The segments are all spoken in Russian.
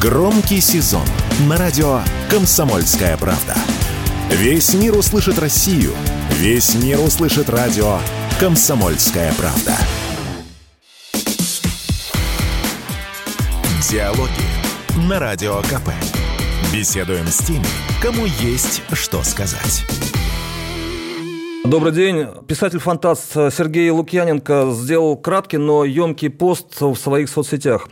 Громкий сезон на радио «Комсомольская правда». Весь мир услышит Россию. Весь мир услышит радио «Комсомольская правда». Диалоги на Радио КП. Беседуем с теми, кому есть что сказать. Добрый день. Писатель-фантаст Сергей Лукьяненко сделал краткий, но емкий пост в своих соцсетях.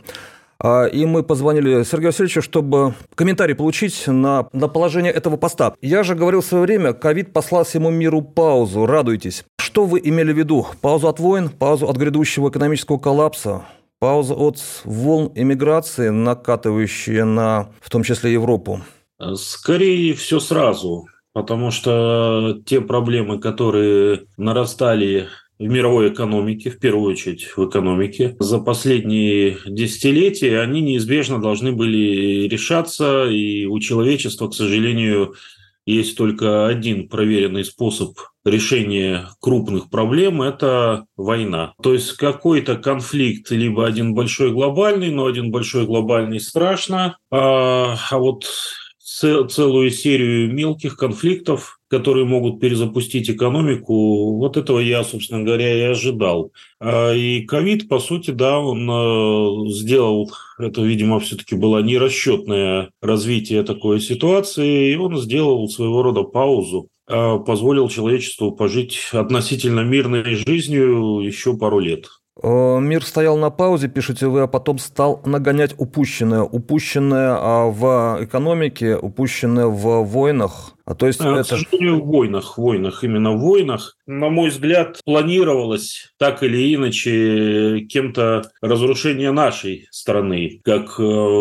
И мы позвонили Сергею Васильевичу, чтобы комментарий получить на положение этого поста. Я же говорил в свое время, ковид послал всему миру паузу. Радуйтесь. Что вы имели в виду? Паузу от войн? Паузу от грядущего экономического коллапса? Пауза от волн эмиграции, накатывающие на, в том числе, Европу? Скорее все сразу, потому что те проблемы, которые нарастали в мировой экономике, в первую очередь в экономике, за последние десятилетия, они неизбежно должны были решаться, и у человечества, к сожалению, есть только один проверенный способ решения крупных проблем – это война. То есть какой-то конфликт, либо один большой глобальный, но один большой глобальный страшно, а вот целую серию мелких конфликтов, которые могут перезапустить экономику, вот этого я, собственно говоря, и ожидал. И ковид, по сути, да, он сделал, это, видимо, все-таки было нерасчетное развитие такой ситуации, и он сделал своего рода паузу, позволил человечеству пожить относительно мирной жизнью еще пару лет. Мир стоял на паузе, пишете вы, а потом стал нагонять упущенное. Упущенное в экономике, упущенное в войнах. То есть К сожалению, в войнах, именно в войнах. На мой взгляд, планировалось так или иначе кем-то разрушение нашей страны, как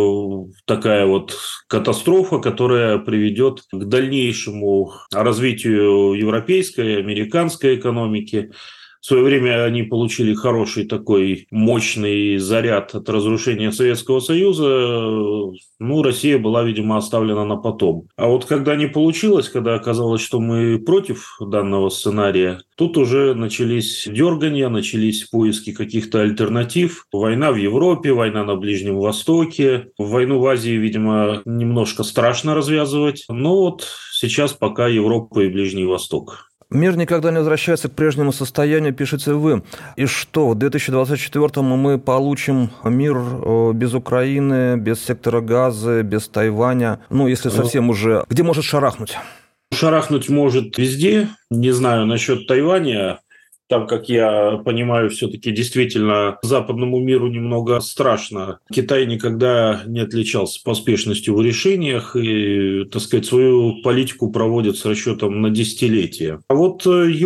такая вот катастрофа, которая приведет к дальнейшему развитию европейской, американской экономики. В свое время они получили хороший такой мощный заряд от разрушения Советского Союза. Россия была, видимо, оставлена на потом. А вот когда не получилось, когда оказалось, что мы против данного сценария, тут уже начались дергания, начались поиски каких-то альтернатив. Война в Европе, война на Ближнем Востоке. Войну в Азии, видимо, немножко страшно развязывать. Но вот сейчас пока Европа и Ближний Восток. Мир никогда не возвращается к прежнему состоянию, пишете вы. И что, в 2024-м мы получим мир без Украины, без сектора Газа, без Тайваня? Если совсем уже... Где может шарахнуть? Шарахнуть может везде. Не знаю насчет Тайваня. Там, как я понимаю, все-таки действительно западному миру немного страшно. Китай никогда не отличался поспешностью в решениях и, так сказать, свою политику проводит с расчетом на десятилетия. А вот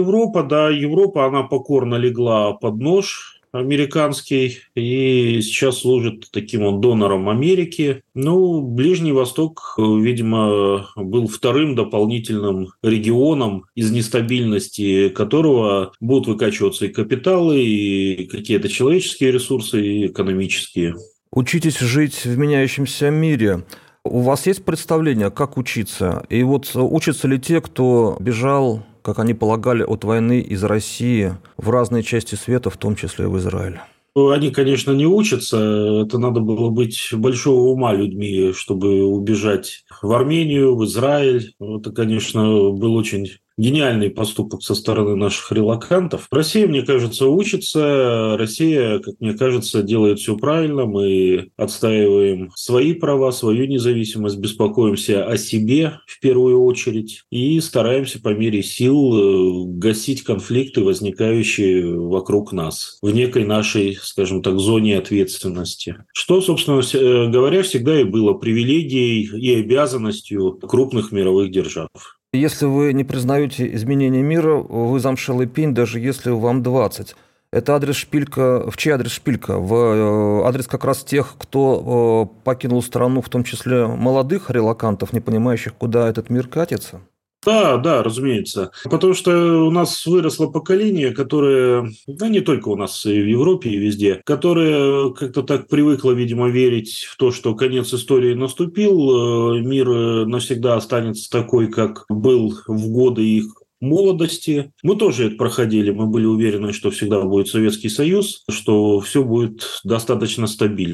Европа, она покорно легла под нож американский и сейчас служит таким вот донором Америки. Ближний Восток, видимо, был вторым дополнительным регионом, из нестабильности которого будут выкачиваться и капиталы, и какие-то человеческие ресурсы, и экономические. Учитесь жить в меняющемся мире. У вас есть представление, как учиться? И вот учатся ли те, кто бежал, как они полагали, от войны из России в разные части света, в том числе и в Израиль? Они, конечно, не учатся. Это надо было быть большого ума людьми, чтобы убежать в Армению, в Израиль. Это, конечно, был очень гениальный поступок со стороны наших релокантов. Россия, мне кажется, учится. Россия, как мне кажется, делает все правильно. Мы отстаиваем свои права, свою независимость, беспокоимся о себе в первую очередь и стараемся по мере сил гасить конфликты, возникающие вокруг нас, в некой нашей, скажем так, зоне ответственности. Что, собственно говоря, всегда и было привилегией и обязанностью крупных мировых держав. Если вы не признаете изменения мира, вы замшелый пень, даже если вам 20. Это адрес шпилька. В чей адрес шпилька? В адрес как раз тех, кто покинул страну, в том числе молодых релокантов, не понимающих, куда этот мир катится? Да, разумеется. Потому что у нас выросло поколение, которое, не только у нас, и в Европе, и везде, которое как-то так привыкло, видимо, верить в то, что конец истории наступил, мир навсегда останется такой, как был в годы их молодости. Мы тоже это проходили, мы были уверены, что всегда будет Советский Союз, что все будет достаточно стабильно.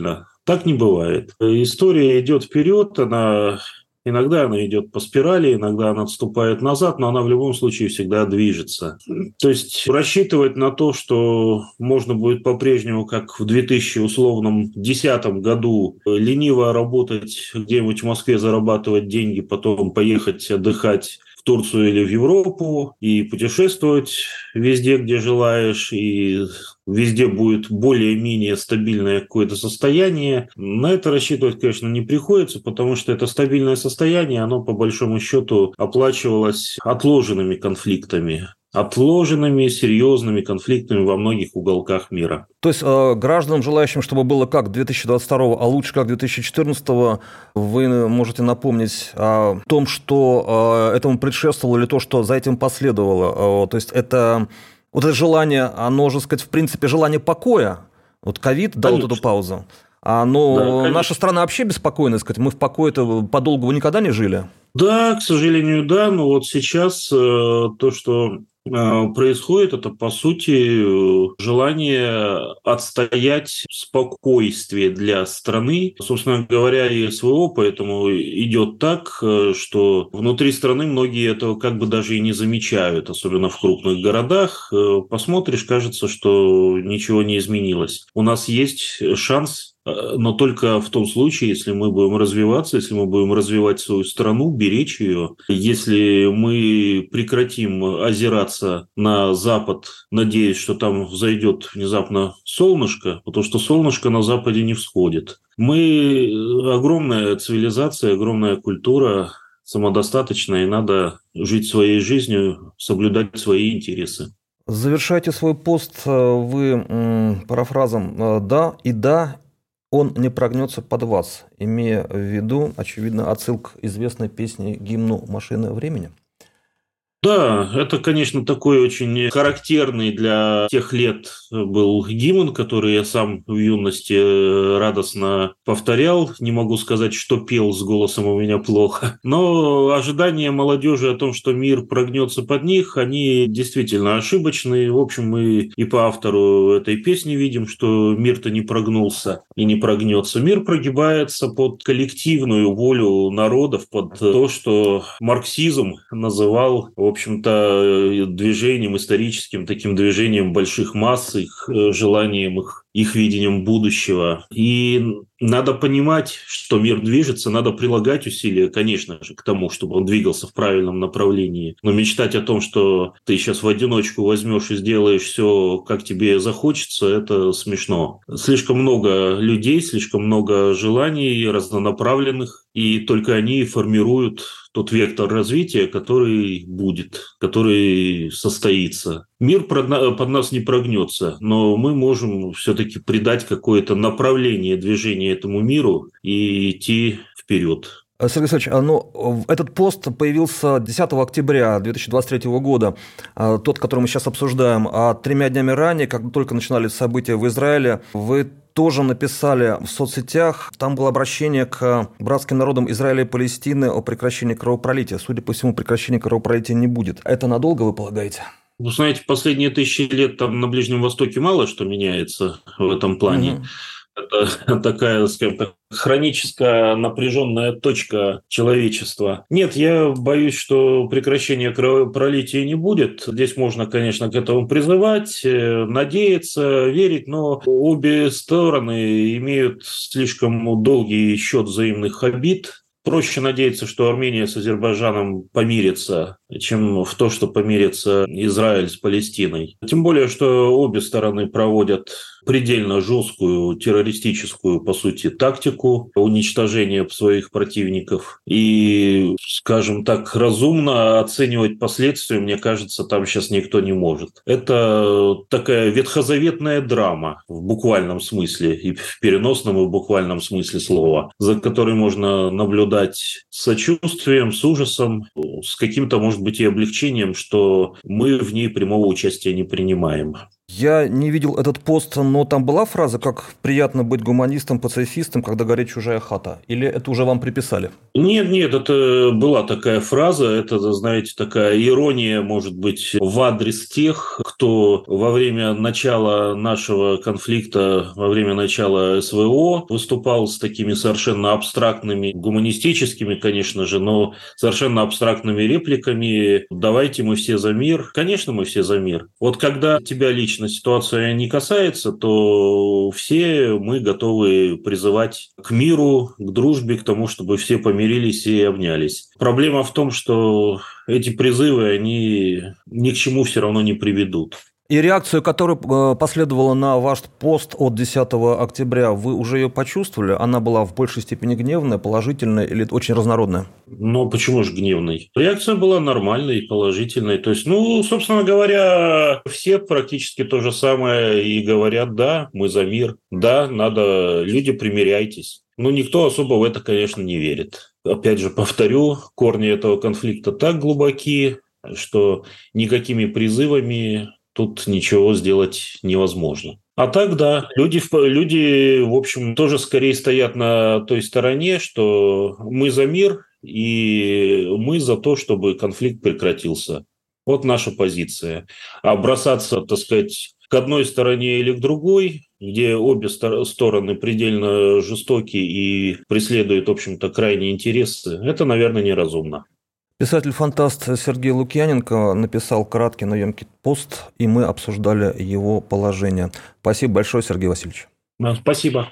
Так не бывает. История идет вперед, иногда она идет по спирали, иногда она отступает назад, но она в любом случае всегда движется. То есть рассчитывать на то, что можно будет по-прежнему, как в 2010 году, лениво работать где-нибудь в Москве, зарабатывать деньги, потом поехать отдыхать в Турцию или в Европу и путешествовать везде, где желаешь, и везде будет более-менее стабильное какое-то состояние. На это рассчитывать, конечно, не приходится, потому что это стабильное состояние, оно по большому счету оплачивалось отложенными конфликтами. Отложенными серьезными конфликтами во многих уголках мира. То есть гражданам, желающим, чтобы было как 2022, а лучше как 2014, вы можете напомнить о том, что этому предшествовало, или то, что за этим последовало. То есть это вот это желание, оно же, сказать, в принципе, желание покоя. Вот ковид дал вот эту паузу. Но да, наша страна вообще беспокойна, сказать, мы в покое-то подолгу вы никогда не жили? Да, к сожалению, да, но вот сейчас то, что происходит, это, по сути, желание отстоять спокойствие для страны. Собственно говоря, и СВО поэтому идет так, что внутри страны многие этого как бы даже и не замечают, особенно в крупных городах. Посмотришь, кажется, что ничего не изменилось. У нас есть шанс, но только в том случае, если мы будем развиваться, если мы будем развивать свою страну, беречь ее, если мы прекратим озираться на Запад, надеясь, что там взойдет внезапно солнышко, потому что солнышко на Западе не всходит. Мы огромная цивилизация, огромная культура, самодостаточная, и надо жить своей жизнью, соблюдать свои интересы. Завершайте свой пост вы парафразом «да» и «да». Он не прогнется под вас, имея в виду, очевидно, отсылка к известной песне, гимну «Машина времени». Да, это, конечно, такой очень характерный для тех лет был гимн, который я сам в юности радостно повторял. Не могу сказать, что пел, с голосом у меня плохо. Но ожидания молодежи о том, что мир прогнется под них, они действительно ошибочные. В общем, мы и по автору этой песни видим, что мир-то не прогнулся и не прогнется. Мир прогибается под коллективную волю народов, под то, что марксизм называл, в общем-то, движением историческим, таким движением больших масс, их желанием, их видением будущего. И надо понимать, что мир движется, надо прилагать усилия, конечно же, к тому, чтобы он двигался в правильном направлении. Но мечтать о том, что ты сейчас в одиночку возьмешь и сделаешь все, как тебе захочется, это смешно. Слишком много людей, слишком много желаний разнонаправленных, и только они формируют тот вектор развития, который будет, который состоится. Мир под нас не прогнется, но мы можем все-таки придать какое-то направление движения этому миру и идти вперед. Сергей Александрович, этот пост появился 10 октября 2023 года, тот, который мы сейчас обсуждаем. А 3 днями ранее, как только начинались события в Израиле, вы тоже написали в соцсетях, там было обращение к братским народам Израиля и Палестины о прекращении кровопролития. Судя по всему, прекращения кровопролития не будет. Это надолго, вы полагаете? Вы знаете, последние 1000 лет там на Ближнем Востоке мало что меняется в этом плане. Это такая, скажем так, хроническая напряженная точка человечества. Нет, я боюсь, что прекращения кровопролития не будет. Здесь можно, конечно, к этому призывать, надеяться, верить, но обе стороны имеют слишком долгий счет взаимных обид. Проще надеяться, что Армения с Азербайджаном помирится, чем в то, что помирится Израиль с Палестиной. Тем более, что обе стороны проводят предельно жесткую террористическую, по сути, тактику уничтожения своих противников. И, скажем так, разумно оценивать последствия, мне кажется, там сейчас никто не может. Это такая ветхозаветная драма в буквальном смысле, и в переносном, и в буквальном смысле слова, за которой можно наблюдать с сочувствием, с ужасом, с каким-то, может быть, и облегчением, что мы в ней прямого участия не принимаем. Я не видел этот пост, но там была фраза, как приятно быть гуманистом, пацифистом, когда горит чужая хата. Или это уже вам приписали? Нет, это была такая фраза, это, знаете, такая ирония, может быть, в адрес тех, кто во время начала нашего конфликта, во время начала СВО выступал с такими совершенно абстрактными, гуманистическими, конечно же, но совершенно абстрактными репликами: «Давайте мы все за мир». Конечно, мы все за мир. Вот когда тебя лично ситуация не касается, то все мы готовы призывать к миру, к дружбе, к тому, чтобы все помирились и обнялись. Проблема в том, что эти призывы, они ни к чему все равно не приведут. И реакцию, которая последовала на ваш пост от 10 октября, вы уже ее почувствовали? Она была в большей степени гневная, положительная или очень разнородная? Но почему же гневной? Реакция была нормальной, положительной. То есть, собственно говоря, все практически то же самое и говорят: да, мы за мир, да, надо, люди, примиряйтесь. Никто особо в это, конечно, не верит. Опять же, повторю, корни этого конфликта так глубоки, что никакими призывами тут ничего сделать невозможно. А так, да, люди, в общем, тоже скорее стоят на той стороне, что мы за мир, и мы за то, чтобы конфликт прекратился. Вот наша позиция. А бросаться, так сказать, к одной стороне или к другой, где обе стороны предельно жестоки и преследуют, в общем-то, крайние интересы, это, наверное, неразумно. Писатель-фантаст Сергей Лукьяненко написал краткий, но емкий пост, и мы обсуждали его положение. Спасибо большое, Сергей Васильевич. Спасибо.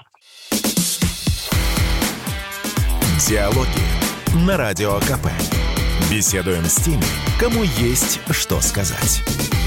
Диалоги на Радио КП. Беседуем с теми, кому есть что сказать.